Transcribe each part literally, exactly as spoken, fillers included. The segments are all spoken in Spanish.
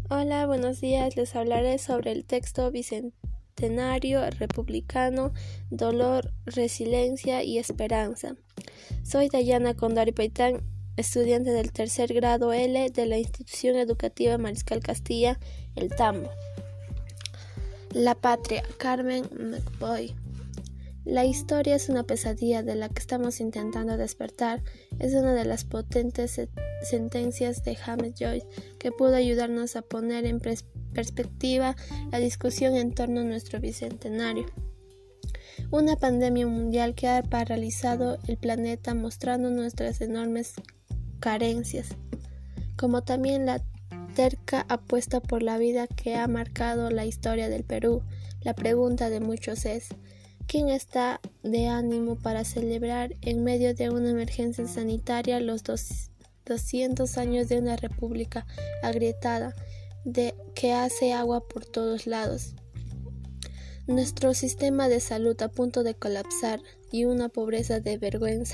Hola, buenos días. Les hablaré sobre el texto bicentenario republicano, dolor, resiliencia y esperanza. Soy Dayana Condori Paitán, estudiante del tercer grado L de la Institución Educativa Mariscal Castilla, El Tambo. La patria, Carmen McCoy. La historia es una pesadilla de la que estamos intentando despertar. Es una de las potentes sentencias de James Joyce que pudo ayudarnos a poner en pers- perspectiva la discusión en torno a nuestro bicentenario. Una pandemia mundial que ha paralizado el planeta, mostrando nuestras enormes carencias, como también la terca apuesta por la vida que ha marcado la historia del Perú. La pregunta de muchos es: ¿quién está de ánimo para celebrar en medio de una emergencia sanitaria los dos, doscientos años de una república agrietada de que hace agua por todos lados? Nuestro sistema de salud a punto de colapsar y una pobreza de vergüenza.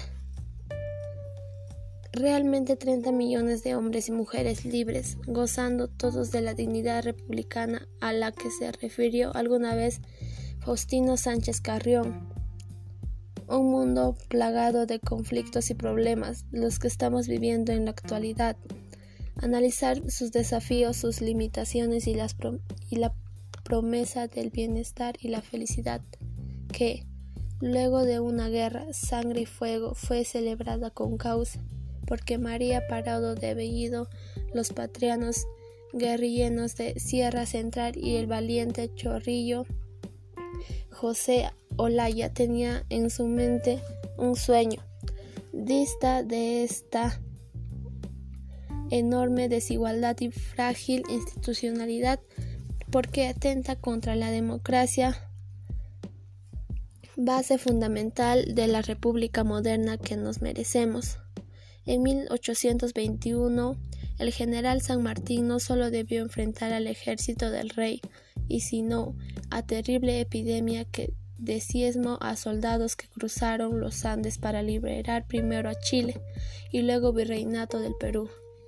Realmente treinta millones de hombres y mujeres libres, gozando todos de la dignidad republicana a la que se refirió alguna vez Faustino Sánchez Carrión. Un mundo plagado de conflictos y problemas, los que estamos viviendo en la actualidad. Analizar sus desafíos, sus limitaciones y, las prom- y la promesa del bienestar y la felicidad que, luego de una guerra, sangre y fuego, fue celebrada con causa, porque María Parado de Bellido, los patrianos guerrilleros de Sierra Central y el valiente Chorrillo José Olaya tenía en su mente un sueño. Dista de esta enorme desigualdad y frágil institucionalidad, porque atenta contra la democracia, base fundamental de la república moderna que nos merecemos. En mil ochocientos veintiuno, el general San Martín no solo debió enfrentar al ejército del rey, y sino a terrible epidemia que desdiezmó a soldados que cruzaron los Andes para liberar primero a Chile y luego Virreinato del Perú.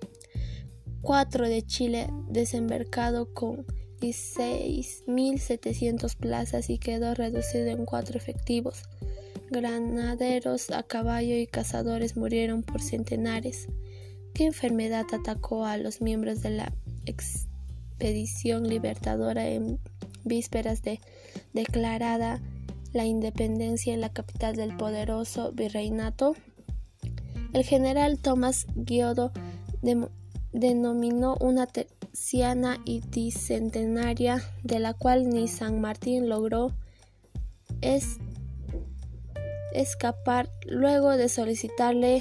Cuatro de Chile desembarcado con dieciséis mil setecientas plazas y quedó reducido en cuatro efectivos. Granaderos a caballo y cazadores murieron por centenares. ¿Qué enfermedad atacó a los miembros de la expedición libertadora en vísperas de declarada la independencia en la capital del poderoso virreinato? El general Tomás Guiodo de, denominó una terciana y bicentenaria, de la cual ni San Martín logró es escapar luego de solicitarle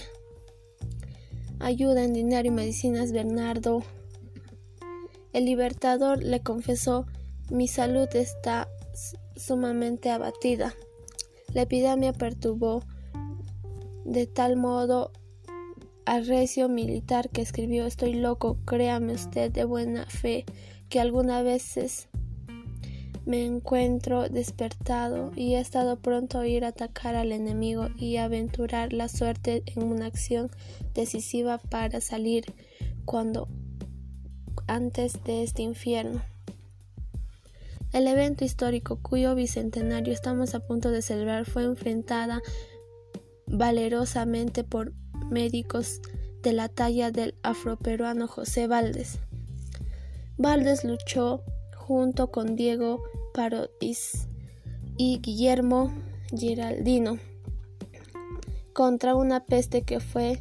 ayuda en dinero y medicinas. Bernardo el Libertador le confesó: mi salud está sumamente abatida. La epidemia perturbó de tal modo al recio militar que escribió: estoy loco, créame usted de buena fe que algunas veces me encuentro despertado y he estado pronto a ir a atacar al enemigo y aventurar la suerte en una acción decisiva para salir cuando antes de este infierno. El evento histórico cuyo bicentenario estamos a punto de celebrar fue enfrentada valerosamente por médicos de la talla del afroperuano José Valdés. Valdés luchó junto con Diego Parodies y Guillermo Giraldino contra una peste que fue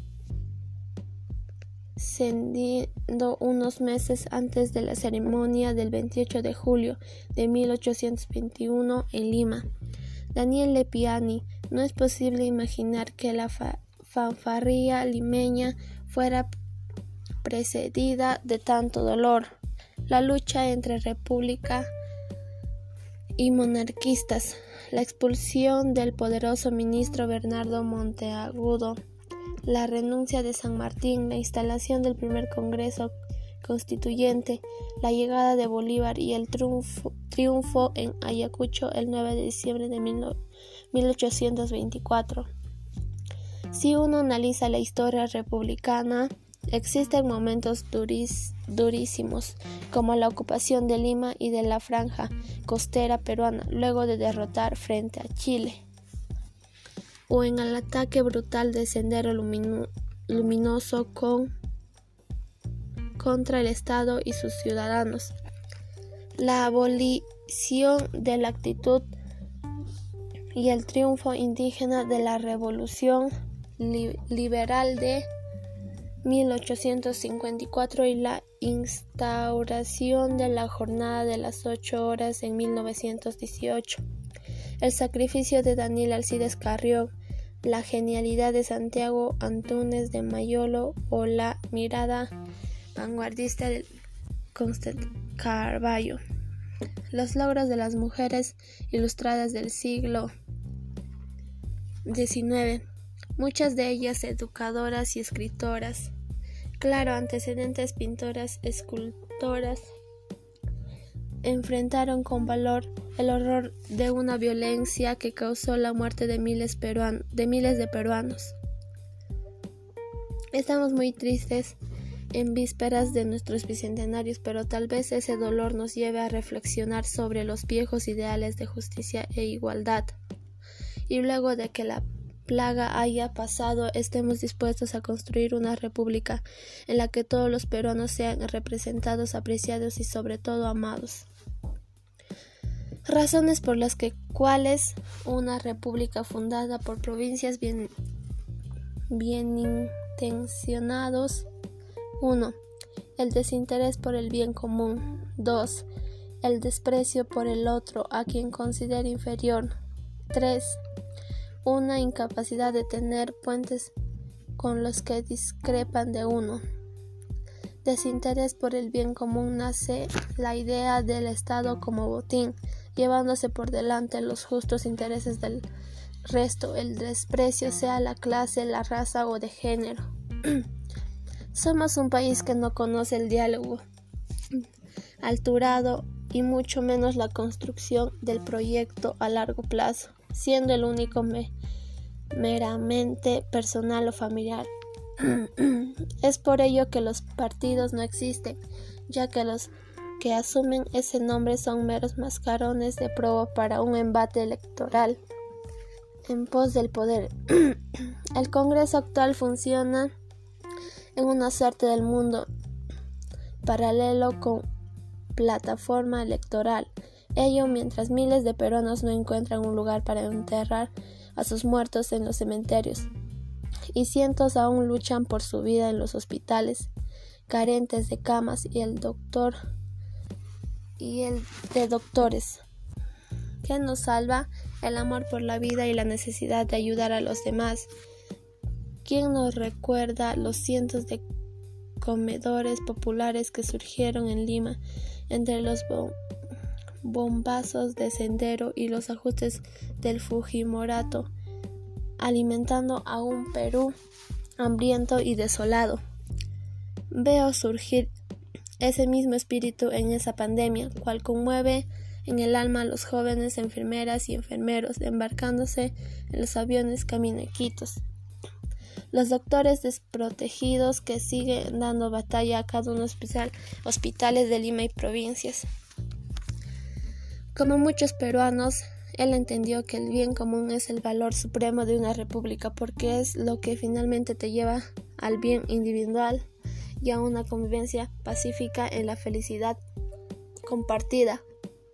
cediendo unos meses antes de la ceremonia del veintiocho de julio de mil ochocientos veintiuno en Lima. Daniel Lepiani: no es posible imaginar que la fa- fanfarria limeña fuera precedida de tanto dolor. La lucha entre república y monarquistas, la expulsión del poderoso ministro Bernardo Monteagudo, la renuncia de San Martín, la instalación del primer Congreso Constituyente, la llegada de Bolívar y el triunfo, triunfo en Ayacucho el nueve de diciembre de mil ochocientos veinticuatro. Si uno analiza la historia republicana, Existen momentos duris, durísimos, como la ocupación de Lima y de la franja costera peruana, luego de derrotar frente a Chile, o en el ataque brutal de Sendero Lumino, Luminoso con, contra el Estado y sus ciudadanos. La abolición de la actitud y el triunfo indígena de la Revolución li, Liberal de mil ochocientos cincuenta y cuatro y la instauración de la jornada de las ocho horas en mil novecientos dieciocho, el sacrificio de Daniel Alcides Carrión, la genialidad de Santiago Antúnez de Mayolo o la mirada vanguardista de Constance Carballo. Los logros de las mujeres ilustradas del siglo diecinueve, muchas de ellas educadoras y escritoras, claro, antecedentes pintoras, escultoras, enfrentaron con valor el horror de una violencia que causó la muerte de miles, peruan- de miles de peruanos. Estamos muy tristes en vísperas de nuestros bicentenarios, pero tal vez ese dolor nos lleve a reflexionar sobre los viejos ideales de justicia e igualdad. Y luego de que la plaga haya pasado, estemos dispuestos a construir una república en la que todos los peruanos sean representados, apreciados y sobre todo amados. Razones por las que cuales una república fundada por provincias bien, bien intencionados. uno. El desinterés por el bien común. dos. El desprecio por el otro, a quien considera inferior. tres. Una incapacidad de tener puentes con los que discrepan de uno. Desinterés por el bien común nace la idea del Estado como botín, llevándose por delante los justos intereses del resto, el desprecio sea la clase, la raza o de género. Somos un país que no conoce el diálogo alturado y mucho menos la construcción del proyecto a largo plazo, siendo el único me, meramente personal o familiar. Es por ello que los partidos no existen, ya que los que asumen ese nombre son meros mascarones de proa para un embate electoral en pos del poder. El Congreso actual funciona en una suerte del mundo paralelo con plataforma electoral. Ello mientras miles de peruanos no encuentran un lugar para enterrar a sus muertos en los cementerios y cientos aún luchan por su vida en los hospitales, carentes de camas y el doctor y el de doctores. ¿Qué nos salva? El amor por la vida y la necesidad de ayudar a los demás. ¿Quién nos recuerda los cientos de comedores populares que surgieron en Lima entre los bo- bombazos de Sendero y los ajustes del Fujimorato, alimentando a un Perú hambriento y desolado? Veo surgir ese mismo espíritu en esa pandemia, cual conmueve en el alma a los jóvenes enfermeras y enfermeros embarcándose en los aviones camino a Iquitos. Los doctores desprotegidos que siguen dando batalla a cada uno de los hospitales de Lima y provincias. Como muchos peruanos, él entendió que el bien común es el valor supremo de una república, porque es lo que finalmente te lleva al bien individual y a una convivencia pacífica en la felicidad compartida.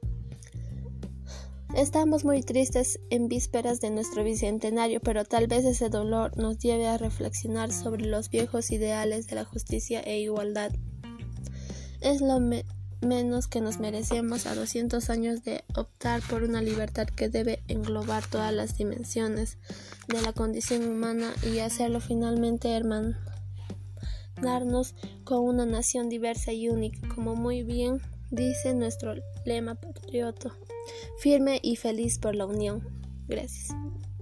Estamos muy tristes en vísperas de nuestro bicentenario, pero tal vez ese dolor nos lleve a reflexionar sobre los viejos ideales de la justicia e igualdad. Es lo me- menos que nos merecemos a doscientos años de optar por una libertad que debe englobar todas las dimensiones de la condición humana y hacerlo finalmente hermanarnos con una nación diversa y única, como muy bien dice nuestro lema patriota. Firme y feliz por la unión. Gracias.